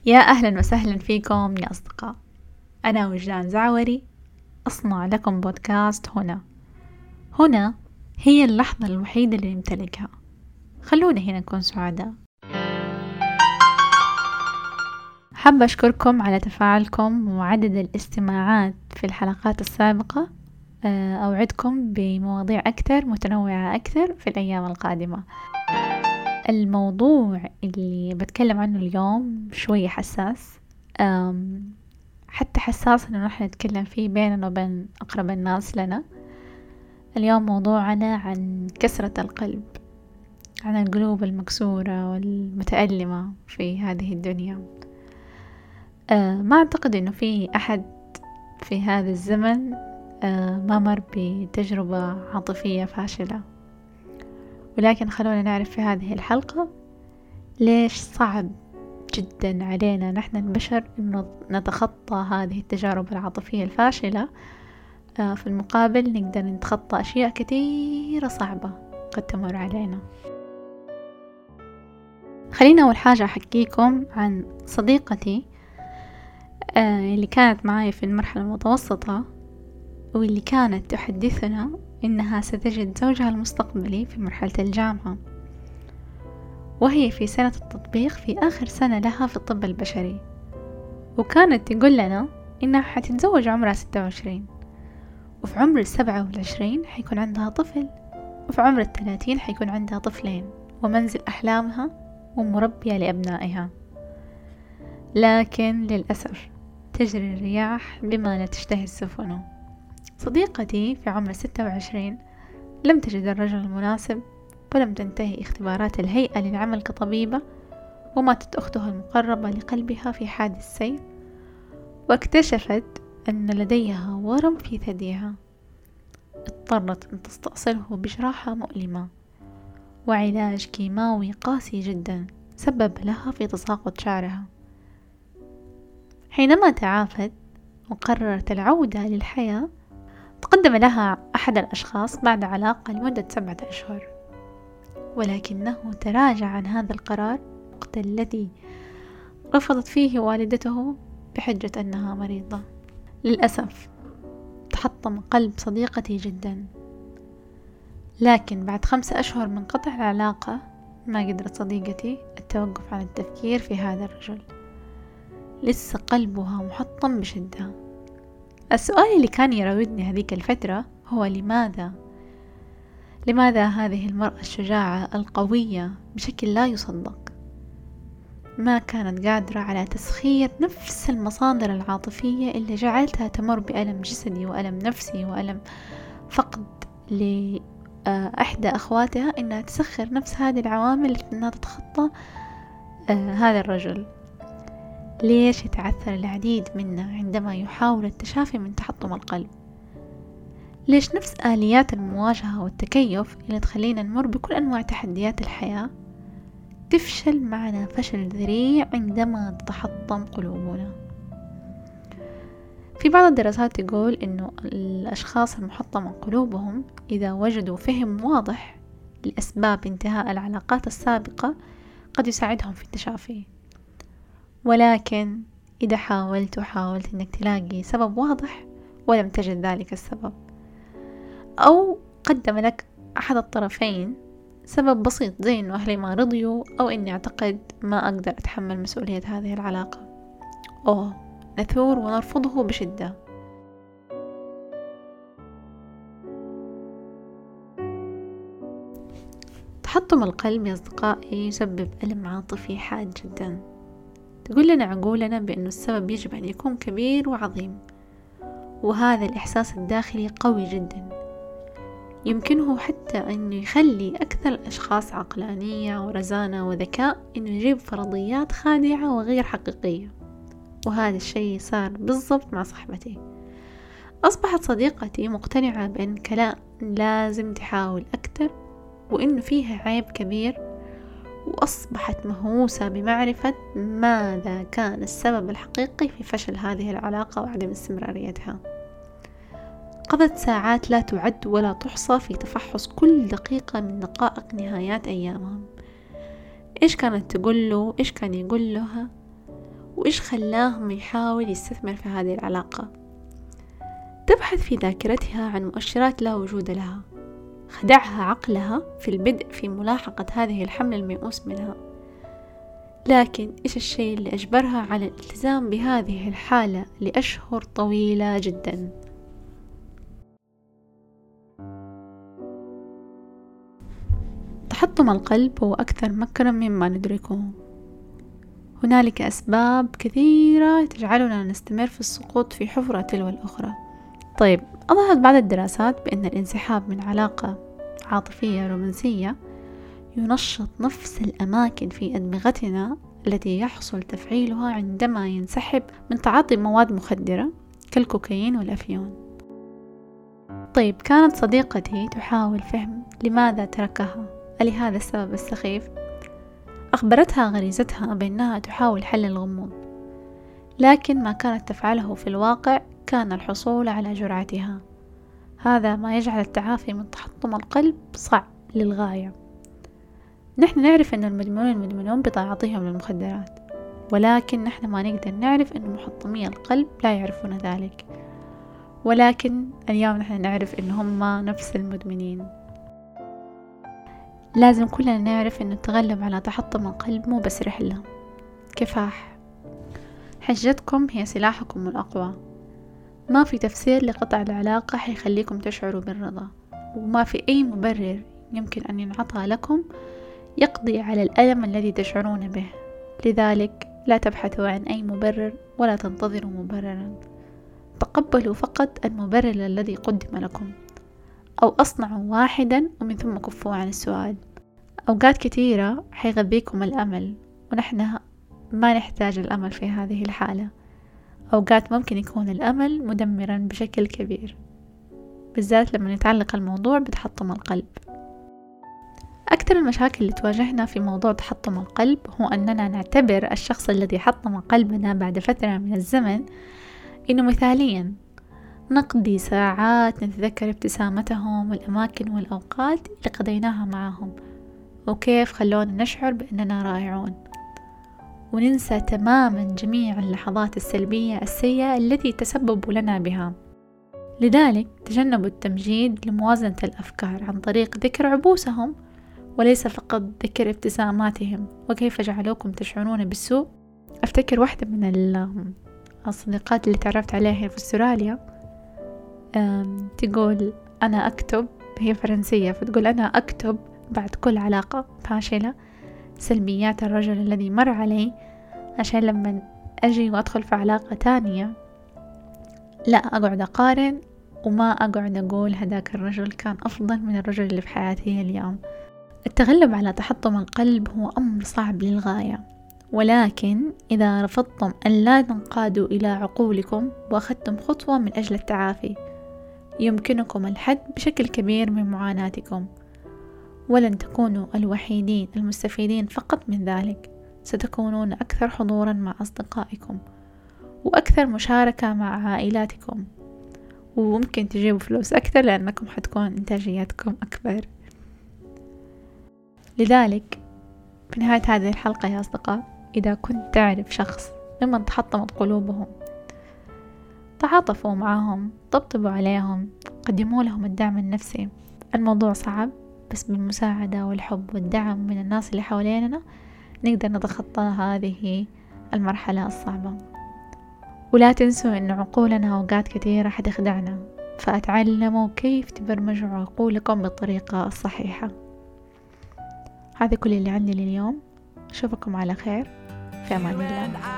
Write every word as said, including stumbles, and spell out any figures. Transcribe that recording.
يا أهلا وسهلا فيكم يا أصدقاء. أنا وجدان زعوري أصنع لكم بودكاست هنا. هنا هي اللحظة الوحيدة اللي نمتلكها. خلونا هنا نكون سعداء. حابة أشكركم على تفاعلكم وعدد الاستماعات في الحلقات السابقة. أوعدكم بمواضيع أكثر متنوعة أكثر في الأيام القادمة. الموضوع اللي بتكلم عنه اليوم شوية حساس، حتى حساس إنه نحن نتكلم فيه بيننا وبين أقرب الناس لنا. اليوم موضوعنا عن كسرة القلب، عن القلوب المكسورة والمتألمة في هذه الدنيا. أه ما أعتقد إنه في أحد في هذا الزمن أه ما مر بتجربة عاطفية فاشلة، ولكن خلونا نعرف في هذه الحلقة ليش صعب جدا علينا نحن البشر إنه نتخطى هذه التجارب العاطفية الفاشلة. آه في المقابل نقدر نتخطى أشياء كثيرة صعبة قد تمر علينا. خلينا أول حاجة أحكيكم عن صديقتي آه اللي كانت معي في المرحلة المتوسطة، واللي كانت تحدثنا إنها ستجد زوجها المستقبلي في مرحلة الجامعة، وهي في سنة التطبيق في آخر سنة لها في الطب البشري. وكانت تقول لنا إنها حتتزوج عمرها ستة وعشرين، وفي عمر السبعة والعشرين حيكون عندها طفل، وفي عمر الثلاثين حيكون عندها طفلين ومنزل أحلامها ومربية لأبنائها. لكن للأسف تجري الرياح بما لا تشتهي السفن. صديقتي في عمر ستة وعشرين لم تجد الرجل المناسب، ولم تنتهي اختبارات الهيئة للعمل كطبيبة، وماتت أختها المقربة لقلبها في حادث سير، واكتشفت أن لديها ورم في ثديها. اضطرت أن تستأصله بجراحة مؤلمة وعلاج كيماوي قاسي جدا سبب لها في تساقط شعرها. حينما تعافت وقررت العودة للحياة، تقدم لها أحد الأشخاص بعد علاقة لمدة سبعة أشهر، ولكنه تراجع عن هذا القرار وقت الذي رفضت فيه والدته بحجة أنها مريضة. للأسف تحطم قلب صديقتي جدا، لكن بعد خمسة أشهر من قطع العلاقة ما قدرت صديقتي التوقف عن التفكير في هذا الرجل. لسه قلبها محطم بشدة. السؤال اللي كان يراودني هذيك الفترة هو لماذا؟ لماذا هذه المرأة الشجاعة القوية بشكل لا يصدق ما كانت قادرة على تسخير نفس المصادر العاطفية اللي جعلتها تمر بألم جسدي وألم نفسي وألم فقد لأحدى أخواتها، إنها تسخر نفس هذه العوامل إنها تتخطى هذا الرجل؟ ليش يتعثر العديد منا عندما يحاول التشافي من تحطم القلب؟ ليش نفس آليات المواجهة والتكيف اللي تخلينا نمر بكل أنواع تحديات الحياة تفشل معنا فشل ذريع عندما تتحطم قلوبنا؟ في بعض الدراسات تقول إنه الأشخاص المحطمة قلوبهم إذا وجدوا فهم واضح لأسباب انتهاء العلاقات السابقة قد يساعدهم في التشافي. ولكن إذا حاولت وحاولت إنك تلاقي سبب واضح ولم تجد ذلك السبب، أو قدم لك أحد الطرفين سبب بسيط زي إنه أهلي ما رضيوا، أو إني أعتقد ما أقدر أتحمل مسؤولية هذه العلاقة، أوه نثور ونرفضه بشدة. تحطم القلب يا أصدقائي يسبب ألم عاطفي حاد جدا. تقول لنا عقولنا بأنه السبب يجب أن يكون كبير وعظيم، وهذا الإحساس الداخلي قوي جدا، يمكنه حتى أن يخلي أكثر الأشخاص عقلانية ورزانة وذكاء أنه يجيب فرضيات خادعة وغير حقيقية. وهذا الشيء صار بالضبط مع صاحبتي. أصبحت صديقتي مقتنعة بأن كلام لازم تحاول أكثر وإنه فيها عيب كبير، وأصبحت مهووسة بمعرفة ماذا كان السبب الحقيقي في فشل هذه العلاقة وعدم استمراريتها. قضت ساعات لا تعد ولا تحصى في تفحص كل دقيقة من دقائق نهايات أيامهم. إيش كانت تقول له، إيش كان يقول لها، وإيش خلاهم يحاول يستثمر في هذه العلاقة. تبحث في ذاكرتها عن مؤشرات لا وجود لها، خدعها عقلها في البدء في ملاحقة هذه الحمل الميؤوس منها. لكن إيش الشيء اللي أجبرها على الالتزام بهذه الحالة لأشهر طويلة جدا؟ تحطم القلب هو أكثر مكرا مما ندركه. هنالك أسباب كثيرة تجعلنا نستمر في السقوط في حفرة تلو الأخرى. طيب، أظهرت بعض الدراسات بأن الانسحاب من علاقة عاطفية رومانسية ينشط نفس الأماكن في أدمغتنا التي يحصل تفعيلها عندما ينسحب من تعاطي مواد مخدرة كالكوكايين والأفيون. طيب، كانت صديقتي تحاول فهم لماذا تركها، لهذا السبب السخيف. أخبرتها غريزتها بأنها تحاول حل الغموض، لكن ما كانت تفعله في الواقع كان الحصول على جرعتها. هذا ما يجعل التعافي من تحطم القلب صعب للغاية. نحن نعرف أن المدمنون المدمنون بتعاطيهم للمخدرات، ولكن نحن ما نقدر نعرف أن محطمي القلب لا يعرفون ذلك. ولكن اليوم نحن نعرف أن هم نفس المدمنين. لازم كلنا نعرف أن التغلب على تحطم القلب مو بس رحلة، كفاح. حجتكم هي سلاحكم الأقوى. ما في تفسير لقطع العلاقة حيخليكم تشعروا بالرضا، وما في أي مبرر يمكن أن ينعطى لكم يقضي على الألم الذي تشعرون به. لذلك لا تبحثوا عن أي مبرر ولا تنتظروا مبررا. تقبلوا فقط المبرر الذي قدم لكم، أو أصنعوا واحدا ومن ثم كفوا عن السؤال. أوقات كثيرة حيغذيكم الأمل، ونحن ما نحتاج الأمل في هذه الحالة. أوقات ممكن يكون الأمل مدمرا بشكل كبير، بالذات لما يتعلق الموضوع بتحطم القلب. أكثر المشاكل اللي تواجهنا في موضوع تحطم القلب هو أننا نعتبر الشخص الذي حطم قلبنا بعد فترة من الزمن إنه مثاليا. نقضي ساعات نتذكر ابتسامتهم والأماكن والأوقات اللي قضيناها معهم، وكيف خلونا نشعر بأننا رائعون، وننسى تماما جميع اللحظات السلبية السيئة التي تسببوا لنا بها. لذلك تجنبوا التمجيد لموازنة الأفكار عن طريق ذكر عبوسهم، وليس فقط ذكر ابتساماتهم وكيف جعلوكم تشعرون بالسوء. أفتكر واحدة من الصديقات اللي تعرفت عليها في أستراليا تقول أنا أكتب، هي فرنسية، فتقول أنا أكتب بعد كل علاقة فاشلة سلبيات الرجل الذي مر علي، عشان لما أجي وأدخل في علاقة تانية لا أقعد أقارن وما أقعد أقول هذاك الرجل كان أفضل من الرجل اللي في حياتي اليوم. التغلب على تحطم القلب هو أمر صعب للغاية، ولكن إذا رفضتم أن لا تنقادوا إلى عقولكم وأخذتم خطوة من أجل التعافي، يمكنكم الحد بشكل كبير من معاناتكم، ولن تكونوا الوحيدين المستفيدين فقط من ذلك. ستكونون أكثر حضورا مع أصدقائكم، وأكثر مشاركة مع عائلاتكم، وممكن تجيبوا فلوس أكثر لأنكم حتكون إنتاجيتكم أكبر. لذلك في نهاية هذه الحلقة يا أصدقاء، إذا كنت تعرف شخص ممن تحطمت قلوبهم، تعاطفوا معهم، طبطبوا عليهم، قدموا لهم الدعم النفسي. الموضوع صعب، بس بالمساعدة والحب والدعم من الناس اللي حواليننا نقدر نتخطى هذه المرحلة الصعبة. ولا تنسوا أن عقولنا أوقات كثيرة حتخدعنا، فأتعلموا كيف تبرمجوا عقولكم بالطريقة الصحيحة. هذا كل اللي عندي لليوم. أشوفكم على خير، في أمان الله.